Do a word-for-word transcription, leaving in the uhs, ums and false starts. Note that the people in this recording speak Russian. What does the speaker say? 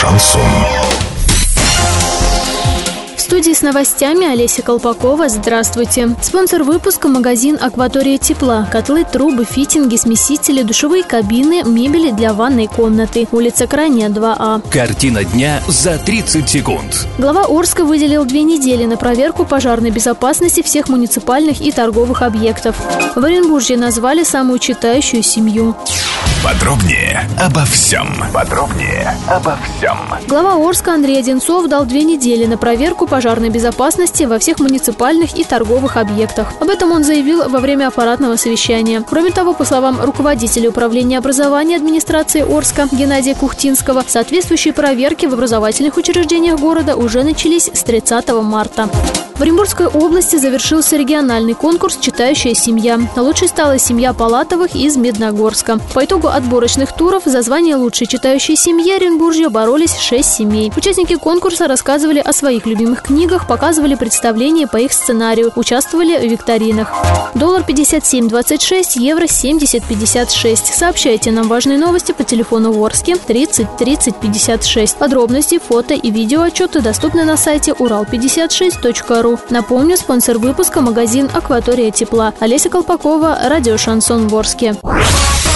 Шансон. В студии с новостями Олеся Колпакова. Здравствуйте. Спонсор выпуска — магазин «Акватория тепла». Котлы, трубы, фитинги, смесители, душевые кабины, мебели для ванной комнаты. Улица Крайняя, два А. Картина дня за тридцать секунд. Глава Орска выделил две недели на проверку пожарной безопасности всех муниципальных и торговых объектов. В Оренбурге назвали самую читающую семью. Подробнее обо всем. Подробнее обо всем. Глава Орска Андрей Одинцов дал две недели на проверку пожарной безопасности во всех муниципальных и торговых объектах. Об этом он заявил во время аппаратного совещания. Кроме того, по словам руководителя управления образования администрации Орска Геннадия Кухтинского, соответствующие проверки в образовательных учреждениях города уже начались с тридцатого марта. В Оренбургской области завершился региональный конкурс «Читающая семья». Лучшей стала семья Палатовых из Медногорска. По итогу отборочных туров за звание лучшей читающей семьи Оренбуржья боролись шесть семей. Участники конкурса рассказывали о своих любимых книгах, показывали представления по их сценарию, участвовали в викторинах. Доллар пятьдесят семь двадцать шесть, евро семьдесят пятьдесят шесть. Сообщайте нам важные новости по телефону в Орске тридцать тридцать пятьдесят шесть. Подробности, фото и видеоотчеты доступны на сайте урал пятьдесят шесть точка ру. Напомню, спонсор выпуска — магазин «Акватория тепла». Олеся Колпакова, радио «Шансон» в Орске.